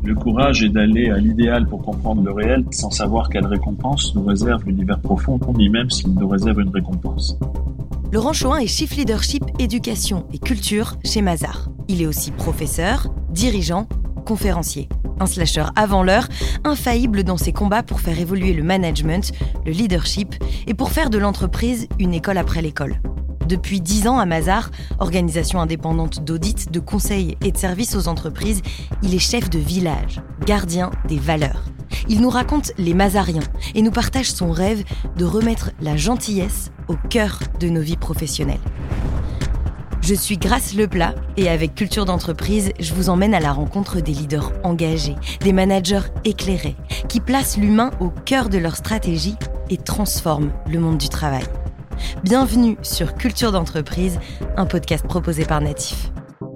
Le courage est d'aller à l'idéal pour comprendre le réel sans savoir quelle récompense nous réserve l'univers profond, ni même s'il nous réserve une récompense. Laurent Choin est Chief Leadership, Éducation et Culture chez Mazars. Il est aussi professeur, dirigeant, conférencier. Un slasher avant l'heure, infaillible dans ses combats pour faire évoluer le management, le leadership et pour faire de l'entreprise une école après l'école. Depuis 10 ans à Mazars, organisation indépendante d'audit, de conseil et de services aux entreprises, il est chef de village, gardien des valeurs. Il nous raconte les Mazariens et nous partage son rêve de remettre la gentillesse au cœur de nos vies professionnelles. Je suis Grace Leplat et avec Culture d'entreprise, je vous emmène à la rencontre des leaders engagés, des managers éclairés, qui placent l'humain au cœur de leur stratégie et transforment le monde du travail. Bienvenue sur Culture d'entreprise, un podcast proposé par Natif.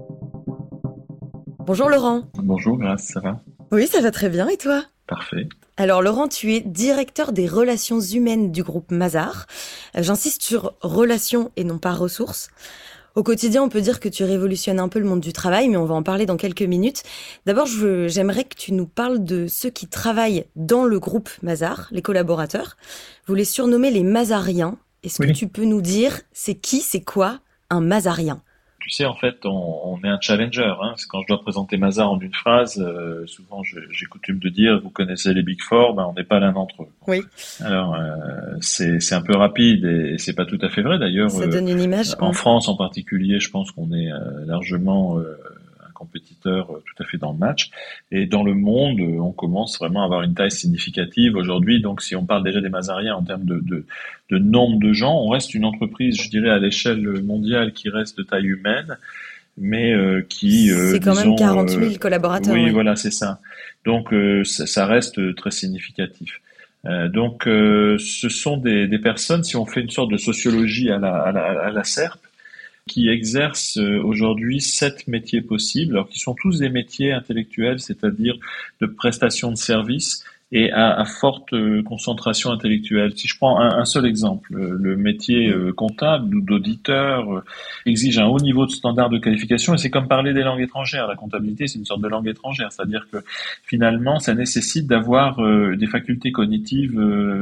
Bonjour Laurent. Bonjour Grace, ça va ? Oui, ça va très bien et toi ? Parfait. Alors Laurent, tu es directeur des relations humaines du groupe Mazars. J'insiste sur relations et non pas ressources. Au quotidien, on peut dire que tu révolutionnes un peu le monde du travail, mais on va en parler dans quelques minutes. D'abord, j'aimerais que tu nous parles de ceux qui travaillent dans le groupe Mazars, les collaborateurs. Vous les surnommez les Mazariens. Est-ce que tu peux nous dire, c'est quoi un Mazarien ? Tu sais, en fait, on est un challenger. Quand je dois présenter Mazars en une phrase, souvent j'ai coutume de dire, vous connaissez les Big Four, on n'est pas l'un d'entre eux. Oui. Alors, c'est un peu rapide et c'est pas tout à fait vrai d'ailleurs. Ça donne une image. En France en particulier, je pense qu'on est largement un compétiteur tout à fait dans le match. Et dans le monde, on commence vraiment à avoir une taille significative aujourd'hui. Donc, si on parle déjà des Mazariens en termes de nombre de gens, on reste une entreprise, je dirais, à l'échelle mondiale qui reste de taille humaine, mais qui... c'est quand même 40 000 collaborateurs. Oui, voilà, c'est ça. Donc, ça reste très significatif. Donc, ce sont des personnes, si on fait une sorte de sociologie à la SERP, qui exercent aujourd'hui 7 métiers possibles, alors qui sont tous des métiers intellectuels, c'est-à-dire de prestation de services et à forte concentration intellectuelle. Si je prends un seul exemple, le métier comptable ou d'auditeur exige un haut niveau de standard de qualification et c'est comme parler des langues étrangères. La comptabilité, c'est une sorte de langue étrangère, c'est-à-dire que finalement, ça nécessite d'avoir des facultés cognitives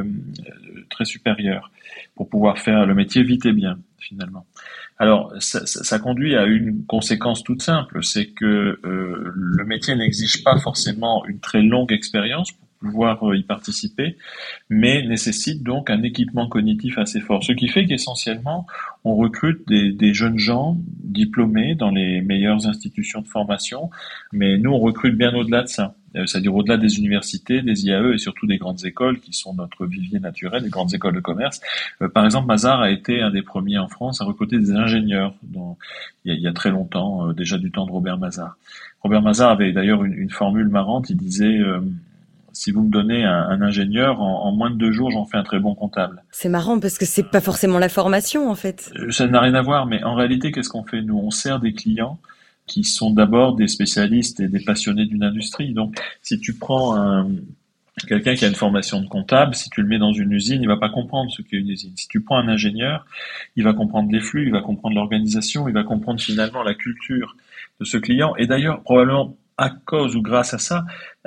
très supérieures pour pouvoir faire le métier vite et bien, finalement. Alors, ça conduit à une conséquence toute simple, c'est que le métier n'exige pas forcément une très longue expérience pour pouvoir y participer, mais nécessite donc un équipement cognitif assez fort. Ce qui fait qu'essentiellement, on recrute des jeunes gens diplômés dans les meilleures institutions de formation, mais nous, on recrute bien au-delà de ça. C'est-à-dire au-delà des universités, des IAE et surtout des grandes écoles qui sont notre vivier naturel, des grandes écoles de commerce. Par exemple, Mazars a été un des premiers en France à recruter des ingénieurs il y a très longtemps, déjà du temps de Robert Mazars. Robert Mazars avait d'ailleurs une formule marrante, il disait si vous me donnez un ingénieur, en moins de 2 jours, j'en fais un très bon comptable. C'est marrant parce que c'est pas forcément la formation en fait. Ça n'a rien à voir, mais en réalité, qu'est-ce qu'on fait ? Nous, on sert des clients qui sont d'abord des spécialistes et des passionnés d'une industrie. Donc, si tu prends quelqu'un qui a une formation de comptable, si tu le mets dans une usine, il va pas comprendre ce qu'est une usine. Si tu prends un ingénieur, il va comprendre les flux, il va comprendre l'organisation, il va comprendre finalement la culture de ce client. Et d'ailleurs, probablement à cause ou grâce à ça,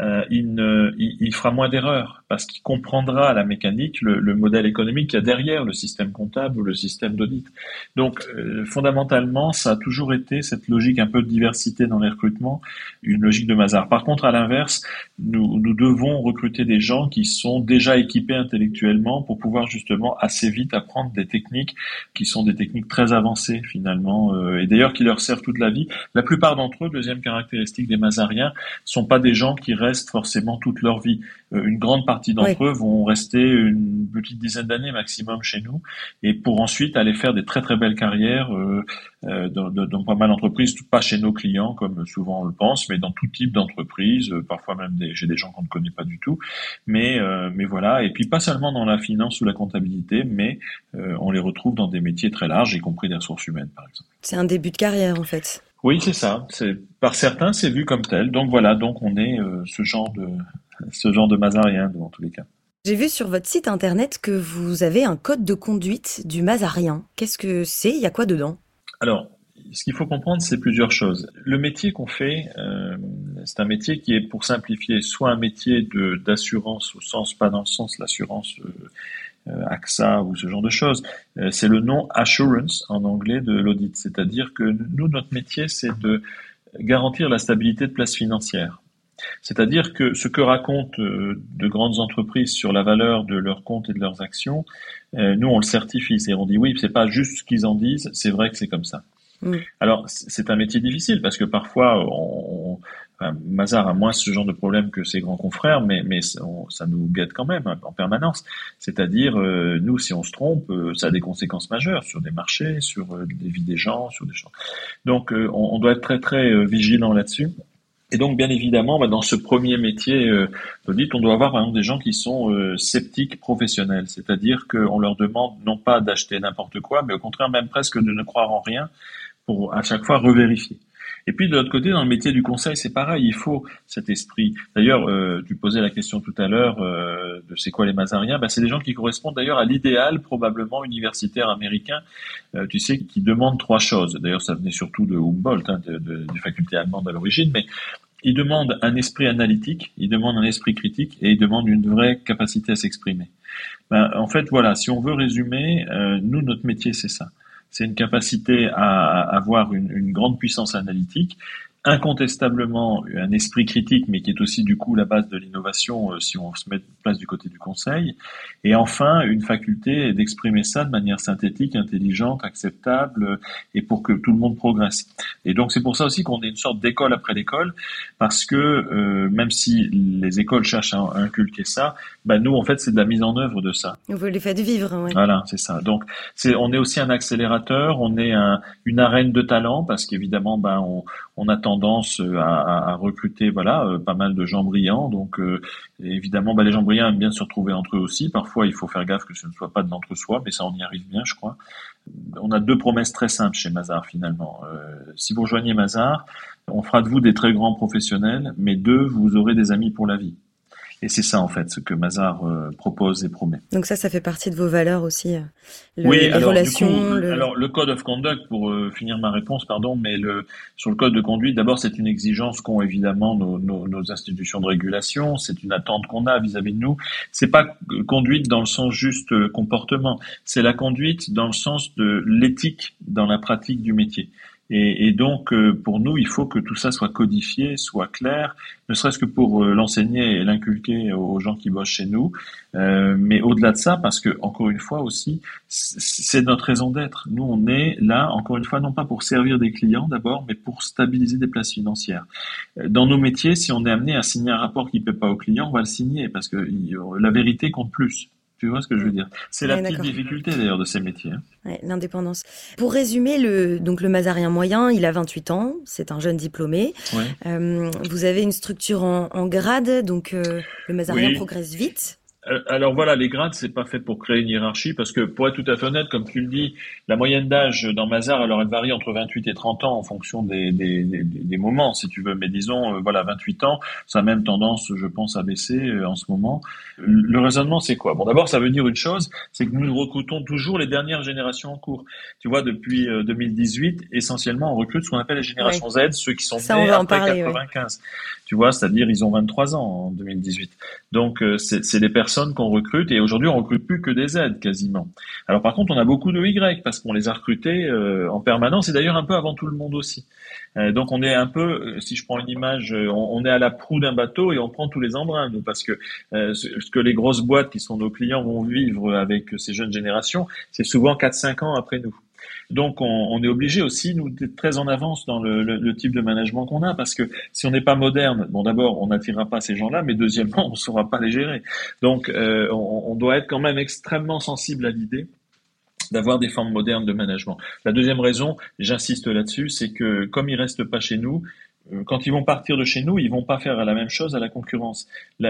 il fera moins d'erreurs parce qu'il comprendra la mécanique, le modèle économique qu'il y a derrière le système comptable ou le système d'audit. Donc, fondamentalement, ça a toujours été cette logique un peu de diversité dans les recrutements, une logique de Mazars. Par contre, à l'inverse, nous devons recruter des gens qui sont déjà équipés intellectuellement pour pouvoir justement assez vite apprendre des techniques qui sont des techniques très avancées finalement, et d'ailleurs qui leur servent toute la vie. La plupart d'entre eux, deuxième caractéristique des Mazariens, sont pas des gens qui restent forcément toute leur vie. Une grande partie d'entre eux vont rester une petite dizaine d'années maximum chez nous et pour ensuite aller faire des très très belles carrières dans pas mal d'entreprises, pas chez nos clients comme souvent on le pense, mais dans tout type d'entreprise, parfois même chez des gens qu'on ne connaît pas du tout. Mais voilà, et puis pas seulement dans la finance ou la comptabilité, mais on les retrouve dans des métiers très larges, y compris des ressources humaines par exemple. C'est un début de carrière en fait. Oui, c'est ça. Par certains, c'est vu comme tel. Donc voilà, donc on est ce genre de Mazarien dans tous les cas. J'ai vu sur votre site internet que vous avez un code de conduite du Mazarien. Qu'est-ce que c'est ? Il y a quoi dedans ? Alors, ce qu'il faut comprendre, c'est plusieurs choses. Le métier qu'on fait, C'est un métier qui est, pour simplifier, soit un métier d'assurance au sens, pas dans le sens l'assurance AXA ou ce genre de choses. C'est le nom assurance en anglais de l'audit. C'est-à-dire que nous, notre métier, c'est de garantir la stabilité de place financière. C'est-à-dire que ce que racontent de grandes entreprises sur la valeur de leurs comptes et de leurs actions, nous, on le certifie. On dit oui, c'est pas juste ce qu'ils en disent, c'est vrai que c'est comme ça. Alors, c'est un métier difficile parce que parfois, Mazars a moins ce genre de problème que ses grands confrères, mais ça nous guette quand même en permanence. C'est-à-dire, nous, si on se trompe, ça a des conséquences majeures sur des marchés, sur des vies des gens, sur des choses. Donc, on doit être très, très vigilant là-dessus. Et donc, bien évidemment, dans ce premier métier d'audit, on doit avoir par exemple des gens qui sont sceptiques professionnels, c'est-à-dire qu'on leur demande non pas d'acheter n'importe quoi, mais au contraire même presque de ne croire en rien pour à chaque fois revérifier. Et puis de l'autre côté, dans le métier du conseil, c'est pareil, il faut cet esprit. D'ailleurs, tu posais la question tout à l'heure de c'est quoi les Mazariens. C'est des gens qui correspondent d'ailleurs à l'idéal probablement universitaire américain, tu sais, qui demandent trois choses. D'ailleurs, ça venait surtout de Humboldt, des facultés allemandes à l'origine, mais ils demandent un esprit analytique, ils demandent un esprit critique et ils demandent une vraie capacité à s'exprimer. En fait, voilà, si on veut résumer, nous, notre métier, c'est ça. C'est une capacité à avoir une grande puissance analytique, incontestablement un esprit critique, mais qui est aussi du coup la base de l'innovation si on se met place du côté du conseil, et enfin une faculté d'exprimer ça de manière synthétique, intelligente, acceptable, et pour que tout le monde progresse. Et donc c'est pour ça aussi qu'on est une sorte d'école après l'école, parce que même si les écoles cherchent à inculquer ça, nous en fait c'est de la mise en œuvre de ça. Vous les faites vivre, ouais. Voilà, c'est ça. Donc on est aussi un accélérateur, on est une arène de talent, parce qu'évidemment on a tendance à recruter pas mal de gens brillants. Donc évidemment les gens brillants aiment bien se retrouver entre eux aussi. Parfois il faut faire gaffe que ce ne soit pas de l'entre-soi, mais ça on y arrive bien, je crois. On a deux promesses très simples chez Mazars finalement. Si vous rejoignez Mazars, on fera de vous des très grands professionnels, mais vous aurez des amis pour la vie. Et c'est ça, en fait, ce que Mazars propose et promet. Donc ça fait partie de vos valeurs aussi, les relations. Alors, le Code of Conduct, pour finir ma réponse, mais sur le Code de conduite, d'abord, c'est une exigence qu'ont évidemment nos institutions de régulation, c'est une attente qu'on a vis-à-vis de nous. C'est pas conduite dans le sens juste comportement, c'est la conduite dans le sens de l'éthique dans la pratique du métier. Et donc, pour nous, il faut que tout ça soit codifié, soit clair, ne serait-ce que pour l'enseigner et l'inculquer aux gens qui bossent chez nous. Mais au-delà de ça, parce que, encore une fois aussi, c'est notre raison d'être. Nous, on est là, encore une fois, non pas pour servir des clients d'abord, mais pour stabiliser des places financières. Dans nos métiers, si on est amené à signer un rapport qui ne plaît pas au client, on va le signer, parce que la vérité compte plus. Tu vois ce que je veux dire? C'est la petite difficulté d'ailleurs de ces métiers. Ouais, l'indépendance. Pour résumer, le Mazarien moyen, il a 28 ans, c'est un jeune diplômé. Ouais. Vous avez une structure en grade, donc le Mazarien progresse vite. Alors voilà, les grades, c'est pas fait pour créer une hiérarchie, parce que pour être tout à fait honnête, comme tu le dis, la moyenne d'âge dans Mazars, alors elle varie entre 28 et 30 ans en fonction des moments, si tu veux. Mais disons, 28 ans, ça a même tendance, je pense, à baisser en ce moment. Le raisonnement, c'est quoi? Bon, d'abord, ça veut dire une chose, c'est que nous recrutons toujours les dernières générations en cours. Tu vois, depuis 2018, essentiellement, on recrute ce qu'on appelle les générations Z, ceux qui sont nés après 95. Ouais. Tu vois, c'est-à-dire ils ont 23 ans en 2018. Donc c'est des personnes qu'on recrute, et aujourd'hui on recrute plus que des Z quasiment. Alors par contre on a beaucoup de Y parce qu'on les a recrutés en permanence, et d'ailleurs un peu avant tout le monde aussi. Donc on est un peu, si je prends une image, on est à la proue d'un bateau et on prend tous les embruns, nous, parce que ce que les grosses boîtes qui sont nos clients vont vivre avec ces jeunes générations, c'est souvent 4-5 ans après nous. Donc on est obligé aussi, nous, d'être très en avance dans le type de management qu'on a, parce que si on n'est pas moderne, bon, d'abord on n'attirera pas ces gens-là, mais deuxièmement on ne saura pas les gérer. Donc on doit être quand même extrêmement sensible à l'idée d'avoir des formes modernes de management. La deuxième raison, j'insiste là-dessus, c'est que comme ils restent pas chez nous, quand ils vont partir de chez nous, ils vont pas faire la même chose à la concurrence.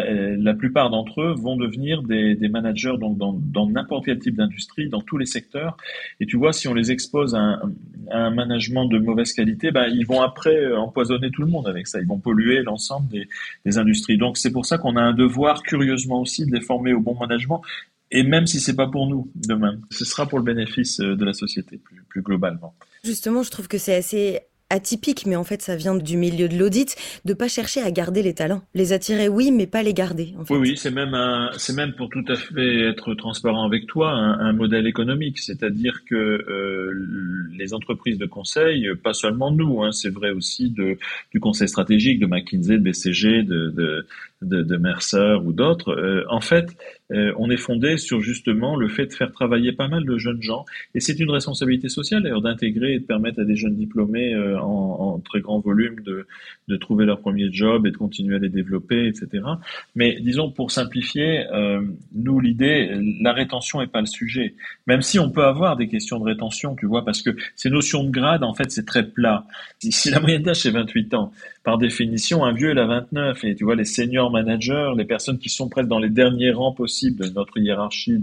La plupart d'entre eux vont devenir des managers donc dans n'importe quel type d'industrie, dans tous les secteurs. Et tu vois, si on les expose à un management de mauvaise qualité, ils vont après empoisonner tout le monde avec ça. Ils vont polluer l'ensemble des industries. Donc c'est pour ça qu'on a un devoir, curieusement aussi, de les former au bon management. Et même si c'est pas pour nous demain, ce sera pour le bénéfice de la société plus globalement. Justement, je trouve que c'est assez atypique, mais en fait ça vient du milieu de l'audit, de pas chercher à garder les talents. Les attirer, oui, mais pas les garder, en Oui, fait. oui, c'est même pour tout à fait être transparent avec toi, un modèle économique. C'est-à-dire que les entreprises de conseil, pas seulement nous, hein, c'est vrai aussi du conseil stratégique, de McKinsey, de BCG, de Mercer ou d'autres. En fait, on est fondé sur justement le fait de faire travailler pas mal de jeunes gens, et c'est une responsabilité sociale d'ailleurs d'intégrer et de permettre à des jeunes diplômés en très grand volume de trouver leur premier job et de continuer à les développer, etc. Mais disons, pour simplifier, nous, l'idée, la rétention est pas le sujet. Même si on peut avoir des questions de rétention, tu vois, parce que ces notions de grade, en fait, c'est très plat. Si la moyenne d'âge, c'est 28 ans, par définition, un vieux, il a 29. Et tu vois, les senior managers, les personnes qui sont presque dans les derniers rangs possibles de notre hiérarchie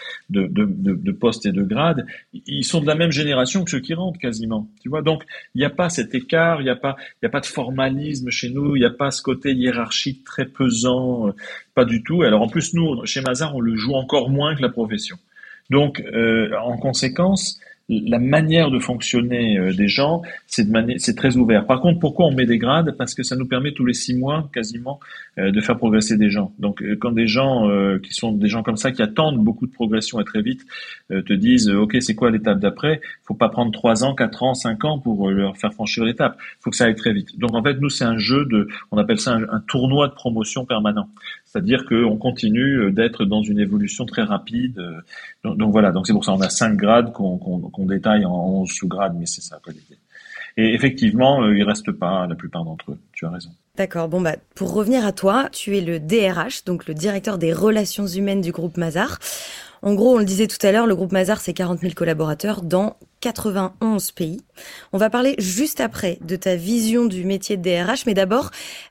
de postes et de grades, ils sont de la même génération que ceux qui rentrent, quasiment. Tu vois, donc, il n'y a pas cet écart, il y a pas de formalisme chez nous, il n'y a pas ce côté hiérarchique très pesant, pas du tout. Alors en plus, nous, chez Mazars, on le joue encore moins que la profession. Donc, en conséquence, la manière de fonctionner des gens, c'est très ouvert. Par contre, pourquoi on met des grades? Parce que ça nous permet tous les 6 mois, quasiment, de faire progresser des gens. Donc, quand des gens qui sont des gens comme ça, qui attendent beaucoup de progression et très vite, te disent, OK, c'est quoi l'étape d'après? Faut pas prendre 3 ans, 4 ans, 5 ans pour leur faire franchir l'étape. Faut que ça aille très vite. Donc, en fait, nous, c'est un jeu on appelle ça un tournoi de promotion permanent. C'est-à-dire qu'on continue d'être dans une évolution très rapide. Donc voilà, donc c'est pour ça on a 5 grades qu'on détaille en 11 sous-grades, mais c'est ça quoi l'idée. Et effectivement, ils restent pas la plupart d'entre eux, tu as raison. D'accord, bon bah pour revenir à toi, tu es le DRH, donc le directeur des relations humaines du groupe Mazars. En gros, on le disait tout à l'heure, le groupe Mazars, c'est 40 000 collaborateurs dans 91 pays. On va parler juste après de ta vision du métier de DRH, mais d'abord,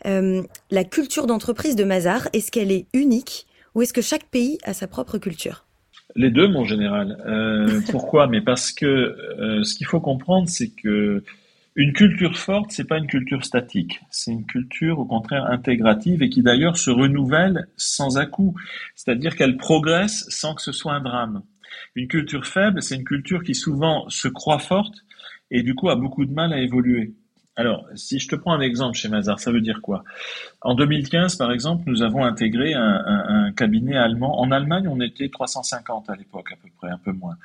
la culture d'entreprise de Mazars, est-ce qu'elle est unique ou est-ce que chaque pays a sa propre culture? Les deux, mon général. Pourquoi? Mais parce que ce qu'il faut comprendre, c'est que une culture forte, c'est pas une culture statique. C'est une culture, au contraire, intégrative et qui d'ailleurs se renouvelle sans à-coup. C'est-à-dire qu'elle progresse sans que ce soit un drame. Une culture faible, c'est une culture qui souvent se croit forte et du coup a beaucoup de mal à évoluer. Alors, si je te prends un exemple chez Mazars, ça veut dire quoi? En 2015, par exemple, nous avons intégré un cabinet allemand. En Allemagne, on était 350 à l'époque, à peu près, un peu moins.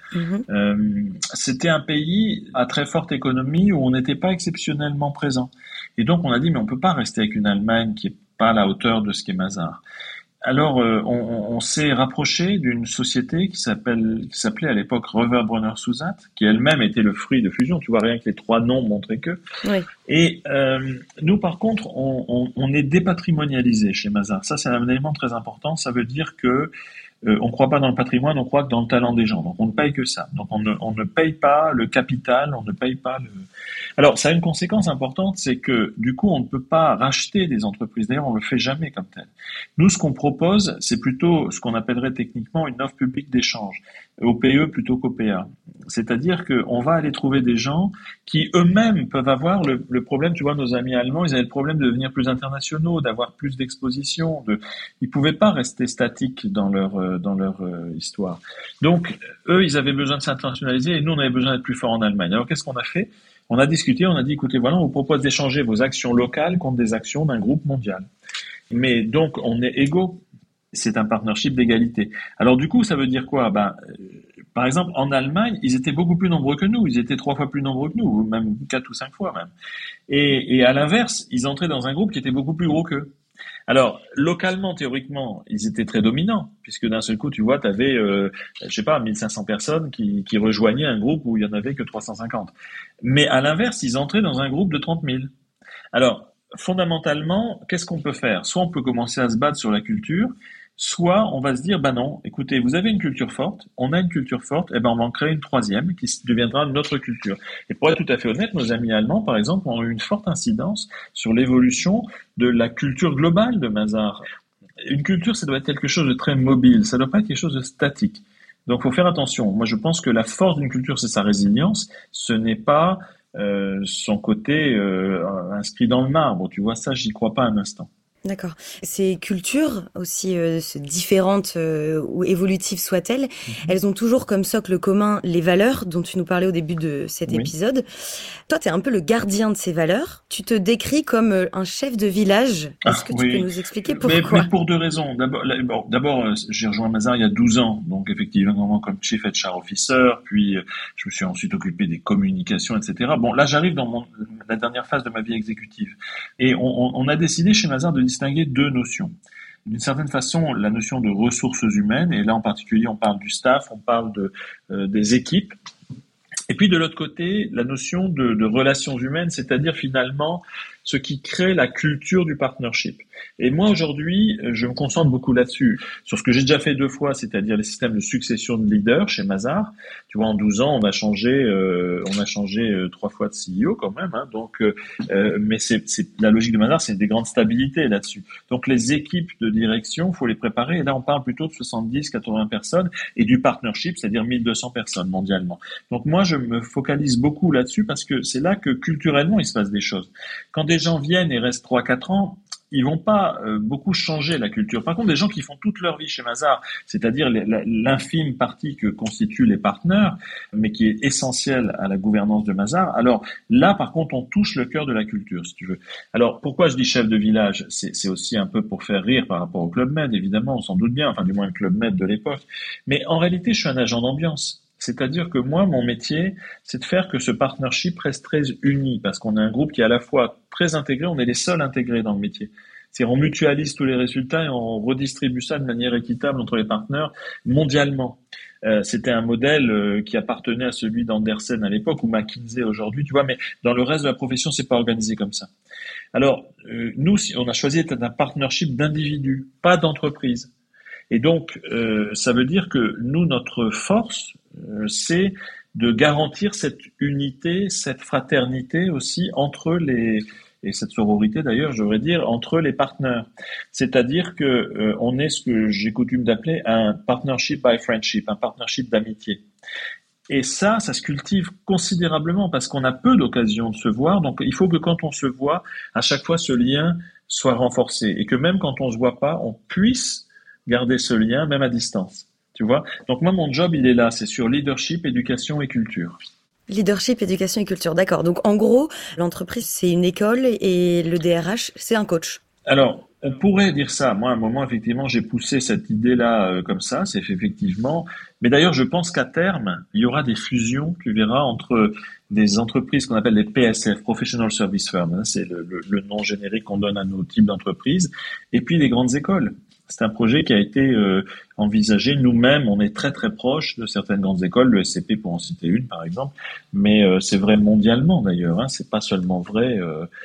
C'était un pays à très forte économie où on n'était pas exceptionnellement présent. Et donc, on a dit, mais on peut pas rester avec une Allemagne qui est pas à la hauteur de ce qu'est Mazars. Alors, on s'est rapproché d'une société qui s'appelait à l'époque Röver Brunner Sussat, qui elle-même était le fruit de fusion. Tu vois, rien que les 3 noms montraient que. Oui. Et nous, par contre, on est dépatrimonialisé chez Mazars. Ça, c'est un élément très important. Ça veut dire que on ne croit pas dans le patrimoine, on croit que dans le talent des gens. Donc, on ne paye que ça. Donc, on ne paye pas le capital, on ne paye pas le... Alors, ça a une conséquence importante, c'est que, du coup, on ne peut pas racheter des entreprises. D'ailleurs, on le fait jamais comme tel. Nous, ce qu'on propose, c'est plutôt ce qu'on appellerait techniquement une offre publique d'échange, au PE plutôt qu'au PA. C'est-à-dire qu'on va aller trouver des gens qui eux-mêmes peuvent avoir le problème, tu vois, nos amis allemands, ils avaient le problème de devenir plus internationaux, d'avoir plus d'exposition, ils pouvaient pas rester statiques dans leur histoire. Donc, eux, ils avaient besoin de s'internationaliser et nous, on avait besoin d'être plus forts en Allemagne. Alors, qu'est-ce qu'on a fait? On a discuté, on a dit, écoutez, voilà, on vous propose d'échanger vos actions locales contre des actions d'un groupe mondial. Mais donc, on est égaux. C'est un partnership d'égalité. Alors, du coup, ça veut dire quoi? Par exemple, en Allemagne, ils étaient beaucoup plus nombreux que nous. Ils étaient 3 fois plus nombreux que nous, même 4 ou 5 fois même. Et à l'inverse, ils entraient dans un groupe qui était beaucoup plus gros qu'eux. Alors, localement, théoriquement, ils étaient très dominants, puisque d'un seul coup, tu vois, tu avais, 1500 personnes qui rejoignaient un groupe où il y en avait que 350. Mais à l'inverse, ils entraient dans un groupe de 30 000. Alors, fondamentalement, qu'est-ce qu'on peut faire? Soit on peut commencer à se battre sur la culture, soit on va se dire, non, écoutez, vous avez une culture forte, on a une culture forte, on va en créer une troisième qui deviendra notre culture. Et pour être tout à fait honnête, nos amis allemands, par exemple, ont eu une forte incidence sur l'évolution de la culture globale de Mazars. Une culture, ça doit être quelque chose de très mobile, ça doit pas être quelque chose de statique. Donc, faut faire attention. Moi, je pense que la force d'une culture, c'est sa résilience. Ce n'est pas son côté inscrit dans le marbre. Tu vois, ça, j'y crois pas un instant. D'accord. Ces cultures, aussi différentes ou évolutives soient-elles, elles ont toujours comme socle commun les valeurs dont tu nous parlais au début de cet épisode. Toi, tu es un peu le gardien de ces valeurs. Tu te décris comme un chef de village. Est-ce que tu peux nous expliquer pourquoi? Mais pour deux raisons. D'abord, j'ai rejoint Mazars il y a 12 ans, donc effectivement comme Chief HR Officer, puis je me suis ensuite occupé des communications, etc. Bon, là, j'arrive dans la dernière phase de ma vie exécutive. Et on a décidé chez Mazars de distinguer deux notions. D'une certaine façon, la notion de ressources humaines, et là en particulier on parle du staff, on parle des équipes, et puis de l'autre côté, la notion de relations humaines, c'est-à-dire finalement ce qui crée la culture du partnership. Et moi aujourd'hui, je me concentre beaucoup là-dessus, sur ce que j'ai déjà fait 2 fois, c'est-à-dire les systèmes de succession de leaders chez Mazars. Tu vois, en 12 ans, on a changé 3 fois de CEO quand même, hein, donc, mais c'est la logique de Mazars, c'est des grandes stabilités là-dessus. Donc les équipes de direction, faut les préparer. Et là, on parle plutôt de 70-80 personnes et du partnership, c'est-à-dire 1200 personnes mondialement. Donc moi, je me focalise beaucoup là-dessus parce que c'est là que culturellement il se passe des choses. Quand des gens viennent et restent 3-4 ans, ils vont pas beaucoup changer la culture. Par contre, des gens qui font toute leur vie chez Mazars, c'est-à-dire l'infime partie que constituent les partenaires, mais qui est essentielle à la gouvernance de Mazars, alors là, par contre, on touche le cœur de la culture, si tu veux. Alors, pourquoi je dis chef de village? C'est aussi un peu pour faire rire par rapport au Club Med, évidemment, on s'en doute bien, enfin du moins le Club Med de l'époque. Mais en réalité, je suis un agent d'ambiance. C'est-à-dire que moi, mon métier, c'est de faire que ce partnership reste très uni, parce qu'on est un groupe qui est à la fois très intégré, on est les seuls intégrés dans le métier. C'est-à-dire on mutualise tous les résultats et on redistribue ça de manière équitable entre les partenaires mondialement. C'était un modèle qui appartenait à celui d'Andersen à l'époque ou McKinsey aujourd'hui, tu vois, mais dans le reste de la profession, c'est pas organisé comme ça. Alors, nous, on a choisi d'être un partnership d'individus, pas d'entreprise. Et donc, ça veut dire que nous, notre force, c'est de garantir cette unité, cette fraternité aussi entre et cette sororité d'ailleurs, je devrais dire, entre les partenaires. C'est-à-dire que on est ce que j'ai coutume d'appeler un partnership by friendship, un partnership d'amitié. Et ça se cultive considérablement parce qu'on a peu d'occasions de se voir. Donc, il faut que quand on se voit, à chaque fois, ce lien soit renforcé et que même quand on se voit pas, on puisse garder ce lien, même à distance. Tu vois? Donc moi, mon job, il est là. C'est sur leadership, éducation et culture. Leadership, éducation et culture. D'accord. Donc en gros, l'entreprise, c'est une école et le DRH, c'est un coach. Alors, on pourrait dire ça. Moi, à un moment, effectivement, j'ai poussé cette idée-là comme ça. C'est effectivement. Mais d'ailleurs, je pense qu'à terme, il y aura des fusions, tu verras, entre des entreprises qu'on appelle les PSF, Professional Service Firms. C'est le nom générique qu'on donne à nos types d'entreprises. Et puis les grandes écoles. C'est un projet qui a été envisagé. Nous-mêmes, on est très très proche de certaines grandes écoles, le SCP pour en citer une par exemple, mais c'est vrai mondialement d'ailleurs. Hein, c'est pas seulement vrai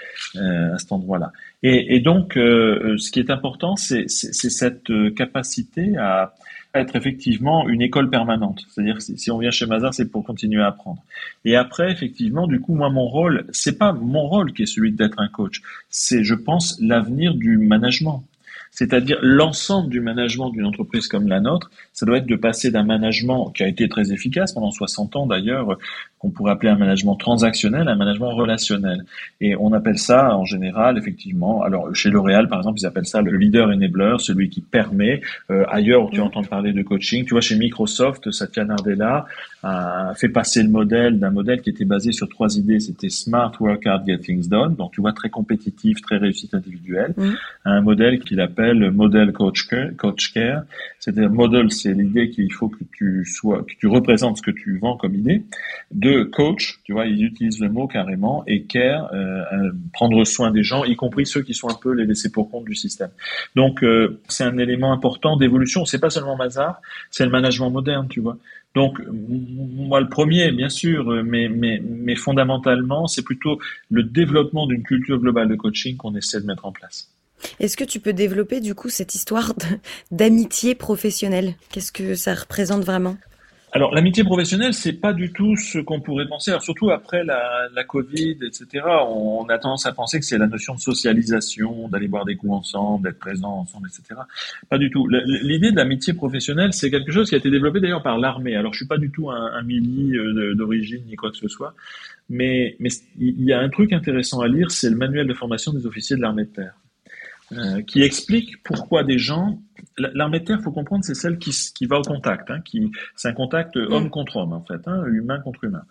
à cet endroit-là. Et donc, ce qui est important, c'est cette capacité à être effectivement une école permanente. C'est-à-dire que si on vient chez Mazars, c'est pour continuer à apprendre. Et après, effectivement, du coup, moi, mon rôle, c'est pas mon rôle qui est celui d'être un coach. C'est, je pense, l'avenir du management. C'est-à-dire l'ensemble du management d'une entreprise comme la nôtre, ça doit être de passer d'un management qui a été très efficace pendant 60 ans d'ailleurs, qu'on pourrait appeler un management transactionnel, à un management relationnel. Et on appelle ça en général, effectivement, alors chez L'Oréal par exemple, ils appellent ça le leader enabler, celui qui permet. Ailleurs, tu entends parler de coaching. Tu vois, chez Microsoft, Satya Nadella a fait passer le modèle d'un modèle qui était basé sur 3 idées. C'était Smart, Work Hard, Get Things Done. Donc, tu vois, très compétitif, très réussite individuelle. Un modèle qu'il appelle Model Coach Care. C'est-à-dire, model, c'est l'idée qu'il faut que tu représentes ce que tu vends comme idée. De coach, tu vois, ils utilisent le mot carrément, et care, prendre soin des gens, y compris ceux qui sont un peu les laissés pour compte du système. Donc, c'est un élément important d'évolution. C'est pas seulement Mazars, c'est le management moderne, tu vois. Donc, moi, le premier, bien sûr, mais fondamentalement, c'est plutôt le développement d'une culture globale de coaching qu'on essaie de mettre en place. Est-ce que tu peux développer, du coup, cette histoire d'amitié professionnelle? Qu'est-ce que ça représente vraiment? Alors, l'amitié professionnelle, c'est pas du tout ce qu'on pourrait penser. Alors, surtout après la Covid, etc., on a tendance à penser que c'est la notion de socialisation, d'aller boire des coups ensemble, d'être présent ensemble, etc. Pas du tout. L'idée de l'amitié professionnelle, c'est quelque chose qui a été développé d'ailleurs par l'armée. Alors, je suis pas du tout un mili d'origine ni quoi que ce soit, mais il y a un truc intéressant à lire, c'est le manuel de formation des officiers de l'armée de terre. qui explique pourquoi des gens... L'armée de terre, faut comprendre, c'est celle qui va au contact, hein, c'est un contact homme contre homme, en fait, hein, humain contre humain.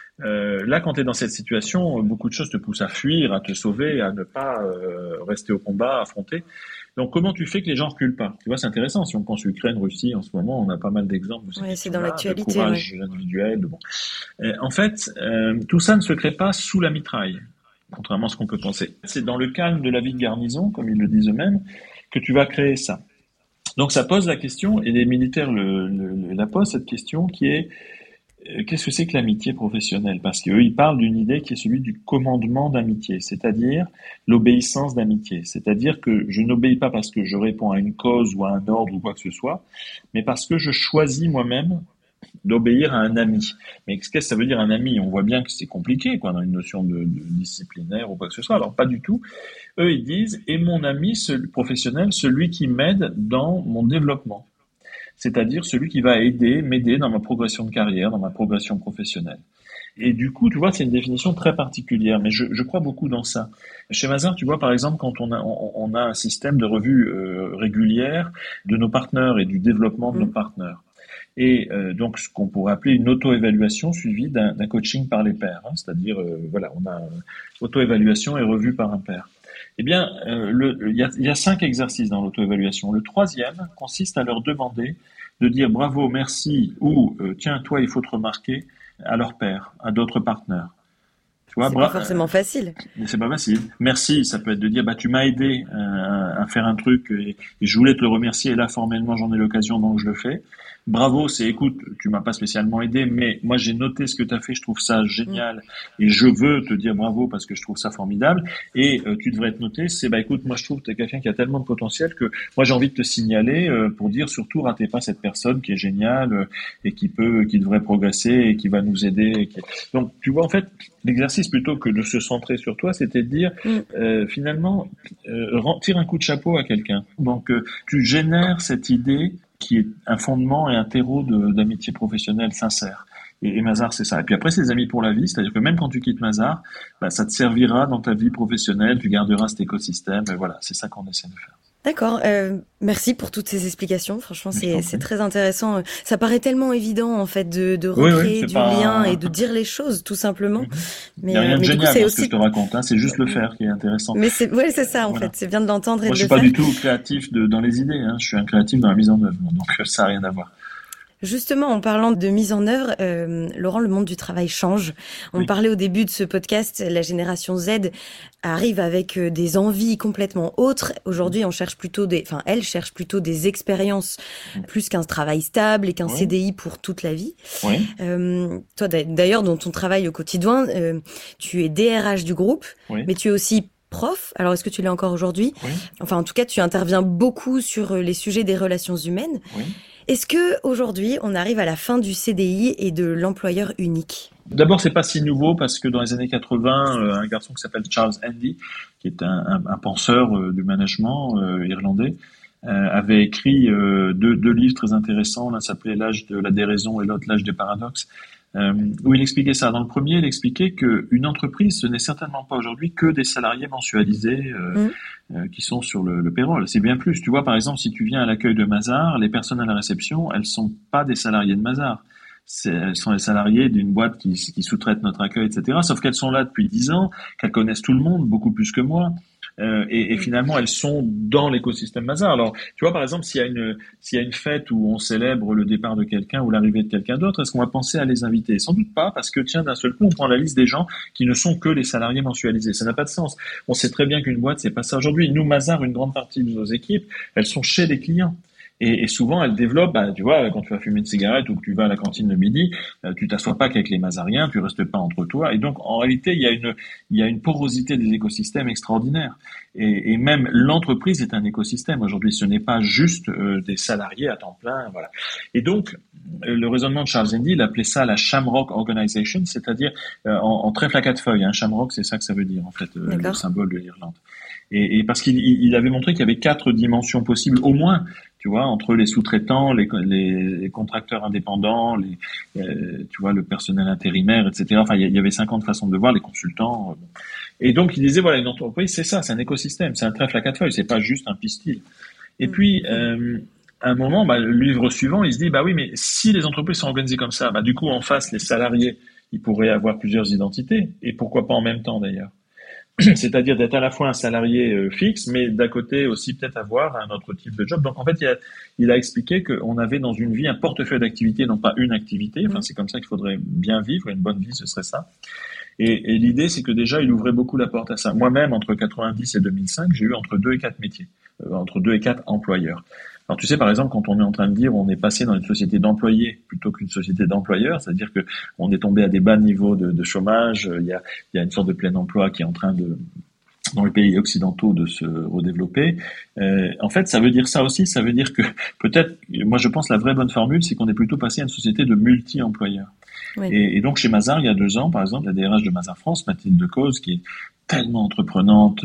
Là, quand tu es dans cette situation, beaucoup de choses te poussent à fuir, à te sauver, à ne pas rester au combat, affronter. Donc, comment tu fais que les gens reculent pas? Tu vois, c'est intéressant. Si on pense Ukraine, Russie, en ce moment, on a pas mal d'exemples de cette c'est dans question-là, l'actualité, de courage individuel. Bon. En fait, tout ça ne se crée pas sous la mitraille, contrairement à ce qu'on peut penser. C'est dans le calme de la vie de garnison, comme ils le disent eux-mêmes, que tu vas créer ça. Donc, ça pose la question, et les militaires la posent, cette question qui est qu'est-ce que c'est que l'amitié professionnelle? Parce qu'eux, ils parlent d'une idée qui est celui du commandement d'amitié, c'est-à-dire l'obéissance d'amitié. C'est-à-dire que je n'obéis pas parce que je réponds à une cause ou à un ordre ou quoi que ce soit, mais parce que je choisis moi-même d'obéir à un ami. Mais qu'est-ce que ça veut dire un ami? On voit bien que c'est compliqué, quoi, dans une notion de disciplinaire ou quoi que ce soit. Alors, pas du tout. Eux, ils disent, et mon ami professionnel, celui qui m'aide dans mon développement. C'est-à-dire celui qui va m'aider dans ma progression de carrière, dans ma progression professionnelle. Et du coup, tu vois, c'est une définition très particulière, mais je crois beaucoup dans ça. Chez Mazars, tu vois, par exemple, quand on a un système de revue régulière de nos partenaires et du développement de nos partenaires. Et donc, ce qu'on pourrait appeler une auto-évaluation suivie d'un coaching par les pairs. Hein, c'est-à-dire, voilà, on a auto-évaluation et revue par un pair. Eh bien, il y a 5 exercices dans l'auto-évaluation. Le 3e consiste à leur demander de dire bravo, merci ou tiens, toi, il faut te remarquer à leur père, à d'autres partenaires. Tu vois, c'est pas forcément facile. C'est pas facile. Merci, ça peut être de dire tu m'as aidé à faire un truc et je voulais te le remercier et là formellement j'en ai l'occasion donc je le fais. Bravo, c'est écoute, tu m'as pas spécialement aidé, mais moi j'ai noté ce que tu as fait, je trouve ça génial et je veux te dire bravo parce que je trouve ça formidable. Et tu devrais te noter, c'est écoute, moi je trouve que tu es quelqu'un qui a tellement de potentiel que moi j'ai envie de te signaler pour dire surtout ratez pas cette personne qui est géniale et qui devrait progresser et qui va nous aider. Donc tu vois en fait l'exercice plutôt que de se centrer sur toi, c'était de dire finalement tire un coup de chapeau à quelqu'un. Donc tu génères cette idée qui est un fondement et un terreau d'amitié professionnelle sincère. Et Mazars, c'est ça. Et puis après, c'est des amis pour la vie, c'est-à-dire que même quand tu quittes Mazars, ça te servira dans ta vie professionnelle, tu garderas cet écosystème, et voilà, c'est ça qu'on essaie de faire. D'accord, merci pour toutes ces explications. Franchement, c'est très intéressant. Ça paraît tellement évident en fait de recréer du lien et de dire les choses tout simplement. Mais il n'y a rien de génial dans ce que je te raconte. Hein, c'est juste le faire qui est intéressant. Mais c'est ça en fait. C'est bien de l'entendre et de le faire. Moi, je suis pas du tout créatif dans les idées. Hein. Je suis un créatif dans la mise en œuvre. Donc ça n'a rien à voir. Justement, en parlant de mise en œuvre, Laurent, le monde du travail change. On parlait au début de ce podcast, la génération Z arrive avec des envies complètement autres. Aujourd'hui, elle cherche plutôt des expériences plus qu'un travail stable et qu'un CDI pour toute la vie. Oui. Toi, d'ailleurs, dans ton travail au quotidien, tu es DRH du groupe, mais tu es aussi prof. Alors, est-ce que tu l'es encore aujourd'hui? Enfin, en tout cas, tu interviens beaucoup sur les sujets des relations humaines. Oui. Est-ce que aujourd'hui, on arrive à la fin du CDI et de l'employeur unique? D'abord, c'est pas si nouveau parce que dans les années 80, un garçon qui s'appelle Charles Andy, qui est un penseur du management irlandais, avait écrit deux livres très intéressants. L'un s'appelait L'âge de la déraison et l'autre L'âge des paradoxes, où il expliquait ça. Dans le premier, il expliquait qu'une entreprise, ce n'est certainement pas aujourd'hui que des salariés mensualisés qui sont sur le payroll. C'est bien plus. Tu vois, par exemple, si tu viens à l'accueil de Mazars, les personnes à la réception, elles sont pas des salariés de Mazars. Elles sont les salariés d'une boîte qui sous-traite notre accueil, etc. Sauf qu'elles sont là depuis 10 ans, qu'elles connaissent tout le monde, beaucoup plus que moi. Et finalement, elles sont dans l'écosystème Mazars. Alors, tu vois, par exemple, s'il y a une fête où on célèbre le départ de quelqu'un ou l'arrivée de quelqu'un d'autre, est-ce qu'on va penser à les inviter? Sans doute pas, parce que tiens, d'un seul coup, on prend la liste des gens qui ne sont que les salariés mensualisés. Ça n'a pas de sens. On sait très bien qu'une boîte, c'est pas ça aujourd'hui. Nous, Mazars, une grande partie de nos équipes, elles sont chez les clients. Et souvent, elles développent, tu vois, quand tu vas fumer une cigarette ou que tu vas à la cantine le midi, tu t'assois pas qu'avec les Mazariens, tu restes pas entre toi. Et donc, en réalité, il y a une porosité des écosystèmes extraordinaire. Et même l'entreprise est un écosystème aujourd'hui. Ce n'est pas juste des salariés à temps plein, voilà. Et donc, le raisonnement de Charles Andy, il appelait ça la Shamrock Organization, c'est-à-dire en trèfle à 4 feuilles. Hein. Shamrock, c'est ça que ça veut dire, en fait, le symbole de l'Irlande. Et parce qu'il avait montré qu'il y avait 4 dimensions possibles, au moins, tu vois, entre les sous-traitants, les contracteurs indépendants, tu vois, le personnel intérimaire, etc. Enfin, il y avait 50 façons de voir, les consultants. Et donc, il disait, voilà, une entreprise, c'est ça, c'est un écosystème, c'est un trèfle à quatre feuilles, c'est pas juste un pistil. Et puis, à un moment, le livre suivant, il se dit, bah oui, mais si les entreprises sont organisées comme ça, du coup, en face, les salariés, ils pourraient avoir plusieurs identités, et pourquoi pas en même temps d'ailleurs. C'est-à-dire d'être à la fois un salarié fixe, mais d'à côté aussi peut-être avoir un autre type de job. Donc en fait, il a expliqué qu'on avait dans une vie un portefeuille d'activités, non pas une activité. Enfin, c'est comme ça qu'il faudrait bien vivre. Une bonne vie, ce serait ça. Et l'idée, c'est que déjà, il ouvrait beaucoup la porte à ça. Moi-même, entre 90 et 2005, j'ai eu entre 2 et 4 métiers, entre 2 et 4 employeurs. Alors tu sais, par exemple, quand on est en train de dire on est passé dans une société d'employés plutôt qu'une société d'employeurs, c'est-à-dire que on est tombé à des bas niveaux de chômage, il y a une sorte de plein emploi qui est en train de dans les pays occidentaux de se redévelopper. En fait, ça veut dire ça aussi, ça veut dire que peut-être, moi je pense la vraie bonne formule, c'est qu'on est plutôt passé à une société de multi-employeurs. Oui. Et donc chez Mazars, il y a 2 ans, par exemple, la DRH de Mazars France, Mathilde Decauze, qui est tellement entreprenante,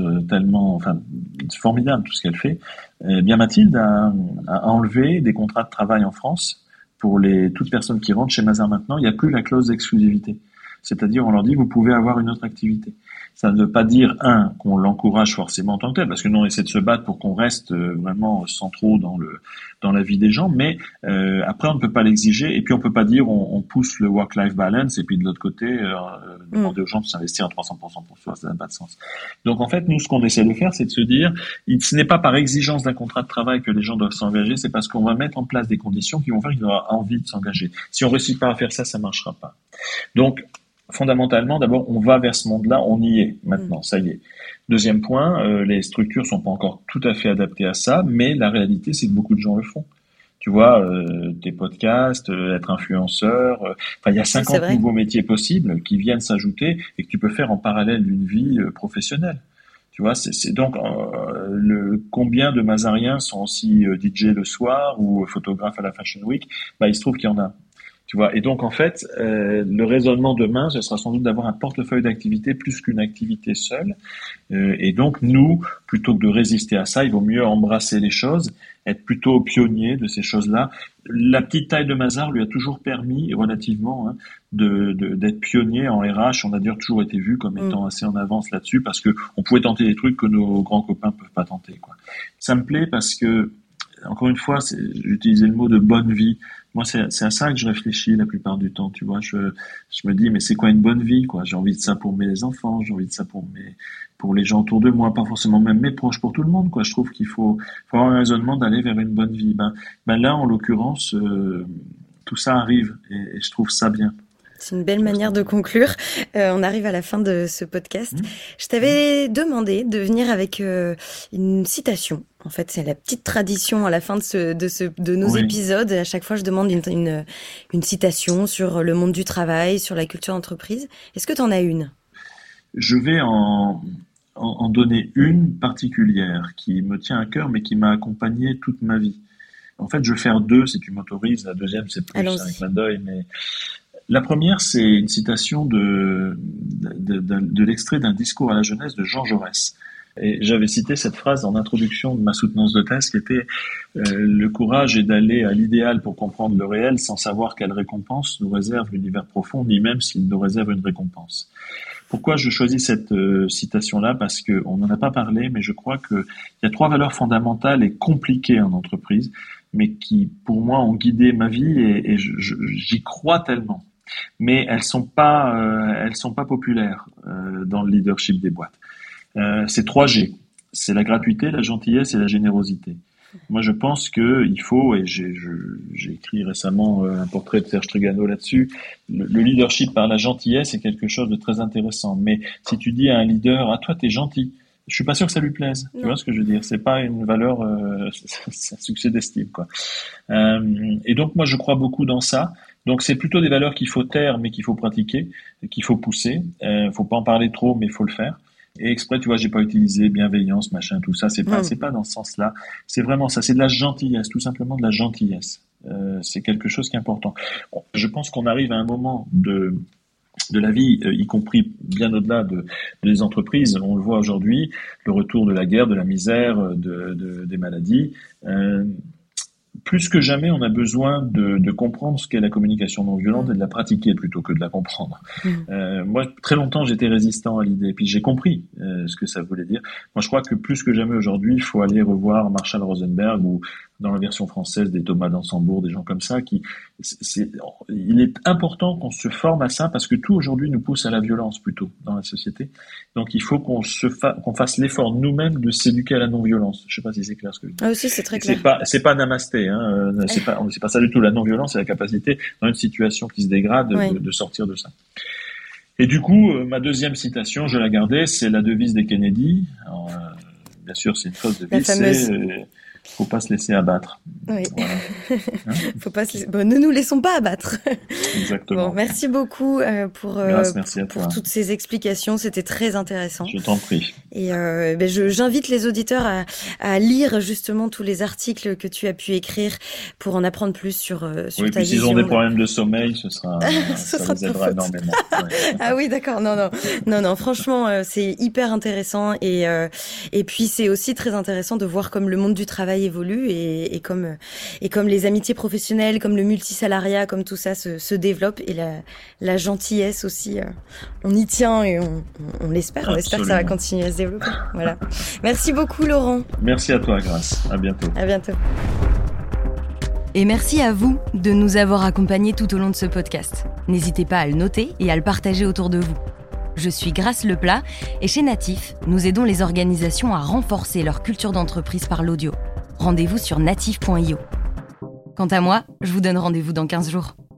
c'est formidable tout ce qu'elle fait. Bien Mathilde a enlevé des contrats de travail en France pour toutes personnes qui rentrent chez Mazars maintenant. Il n'y a plus la clause d'exclusivité. C'est-à-dire, on leur dit, vous pouvez avoir une autre activité. Ça ne veut pas dire, qu'on l'encourage forcément en tant que tel, parce que nous, on essaie de se battre pour qu'on reste vraiment sans trop dans la vie des gens, mais après, on ne peut pas l'exiger, et puis on peut pas dire, on pousse le work-life balance, et puis de l'autre côté, demander aux gens de s'investir à 300% pour soi, ça n'a pas de sens. Donc, en fait, nous, ce qu'on essaie de faire, c'est de se dire, ce n'est pas par exigence d'un contrat de travail que les gens doivent s'engager, c'est parce qu'on va mettre en place des conditions qui vont faire qu'ils auront envie de s'engager. Si on réussit pas à faire ça, ça marchera pas. Donc, fondamentalement, d'abord, on va vers ce monde-là, on y est maintenant, ça y est. Deuxième point, les structures sont pas encore tout à fait adaptées à ça, mais la réalité, c'est que beaucoup de gens le font. Tu vois, tes podcasts, être influenceur, il y a 50 nouveaux métiers possibles qui viennent s'ajouter et que tu peux faire en parallèle d'une vie professionnelle. Tu vois, c'est donc combien de Mazariens sont aussi DJ le soir ou photographes à la Fashion Week, il se trouve qu'il y en a. Tu vois, et donc en fait, le raisonnement demain, ce sera sans doute d'avoir un portefeuille d'activités plus qu'une activité seule. Et donc nous, plutôt que de résister à ça, il vaut mieux embrasser les choses, être plutôt pionnier de ces choses-là. La petite taille de Mazars lui a toujours permis, relativement, d'être pionnier en RH. On a d'ailleurs toujours été vu comme étant assez en avance là-dessus, parce que on pouvait tenter des trucs que nos grands copains peuvent pas tenter, quoi. Ça me plaît parce que, encore une fois, j'utilisais le mot de bonne vie. Moi, c'est à ça que je réfléchis la plupart du temps, tu vois. Je me dis, mais c'est quoi une bonne vie, quoi? J'ai envie de ça pour mes enfants, j'ai envie de ça pour les gens autour de moi, pas forcément même mes proches, pour tout le monde, quoi. Je trouve qu'il faut avoir un raisonnement d'aller vers une bonne vie. Là, en l'occurrence, tout ça arrive et je trouve ça bien. C'est une belle manière de conclure. On arrive à la fin de ce podcast. Je t'avais demandé de venir avec une citation. En fait, c'est la petite tradition à la fin de nos épisodes. À chaque fois, je demande une citation sur le monde du travail, sur la culture d'entreprise. Est-ce que tu en as une ? Je vais en donner une particulière qui me tient à cœur, mais qui m'a accompagné toute ma vie. En fait, je vais faire 2, si tu m'autorises. La deuxième, c'est plus un clin d'œil, mais... La première, c'est une citation de l'extrait d'un discours à la jeunesse de Jean Jaurès. Et j'avais cité cette phrase en introduction de ma soutenance de thèse qui était le courage est d'aller à l'idéal pour comprendre le réel sans savoir quelle récompense nous réserve l'univers profond, ni même s'il nous réserve une récompense. Pourquoi je choisis cette citation-là ? Parce que on n'en a pas parlé, mais je crois qu'il y a 3 valeurs fondamentales et compliquées en entreprise, mais qui, pour moi, ont guidé ma vie et j'y crois tellement. Mais elles sont pas populaires dans le leadership des boîtes. C'est 3 G. C'est la gratuité, la gentillesse et la générosité. Moi, je pense que il faut, et j'ai écrit récemment un portrait de Serge Trigano là-dessus, le leadership par la gentillesse est quelque chose de très intéressant. Mais si tu dis à un leader, toi, t'es gentil, je suis pas sûr que ça lui plaise. Non. Tu vois ce que je veux dire ? C'est pas une valeur, c'est un succès d'estime, quoi. Et donc, moi, je crois beaucoup dans ça. Donc, c'est plutôt des valeurs qu'il faut taire, mais qu'il faut pratiquer, qu'il faut pousser. Faut pas en parler trop, mais il faut le faire. Et exprès, tu vois, j'ai pas utilisé bienveillance, machin, tout ça. C'est pas dans ce sens-là. C'est vraiment ça. C'est de la gentillesse, tout simplement de la gentillesse. C'est quelque chose qui est important. Je pense qu'on arrive à un moment de la vie, y compris bien au-delà des entreprises. On le voit aujourd'hui, le retour de la guerre, de la misère, des maladies. plus que jamais, on a besoin de comprendre ce qu'est la communication non violente et de la pratiquer plutôt que de la comprendre. Moi, très longtemps, j'étais résistant à l'idée, puis j'ai compris ce que ça voulait dire. Moi, je crois que plus que jamais aujourd'hui, il faut aller revoir Marshall Rosenberg ou dans la version française des Thomas d'Ansembourg, des gens comme ça, il est important qu'on se forme à ça parce que tout aujourd'hui nous pousse à la violence plutôt dans la société. Donc il faut qu'on fasse l'effort nous-mêmes de s'éduquer à la non-violence. Je sais pas si c'est clair ce que je dis. Ah aussi, c'est très clair. C'est pas namasté, hein. C'est pas ça du tout. La non-violence, c'est la capacité dans une situation qui se dégrade de sortir de ça. Et du coup, ma deuxième citation, je la gardais, c'est la devise des Kennedy. Alors, bien sûr, c'est une fausse devise. La fameuse. Faut pas se laisser abattre. Oui. Voilà. Hein? Faut pas se laisser... Bon, ne nous laissons pas abattre. Exactement. Bon, merci beaucoup merci pour toutes ces explications. C'était très intéressant. Je t'en prie. Et j'invite les auditeurs à lire justement tous les articles que tu as pu écrire pour en apprendre plus sur ta vision. Oui, puis s'ils ont des problèmes de sommeil, ça les aidera énormément. Ouais. Ah oui, d'accord. Non. Franchement, c'est hyper intéressant et puis c'est aussi très intéressant de voir comme le monde du travail évolue et comme les amitiés professionnelles, comme le multisalariat, comme tout ça se développe et la gentillesse aussi, on y tient et on l'espère. On espère que ça va continuer à se développer. Voilà. Merci beaucoup, Laurent. Merci à toi, Grace. À bientôt. À bientôt. Et merci à vous de nous avoir accompagnés tout au long de ce podcast. N'hésitez pas à le noter et à le partager autour de vous. Je suis Grace Leplat et chez Natif, nous aidons les organisations à renforcer leur culture d'entreprise par l'audio. Rendez-vous sur natif.io. Quant à moi, je vous donne rendez-vous dans 15 jours.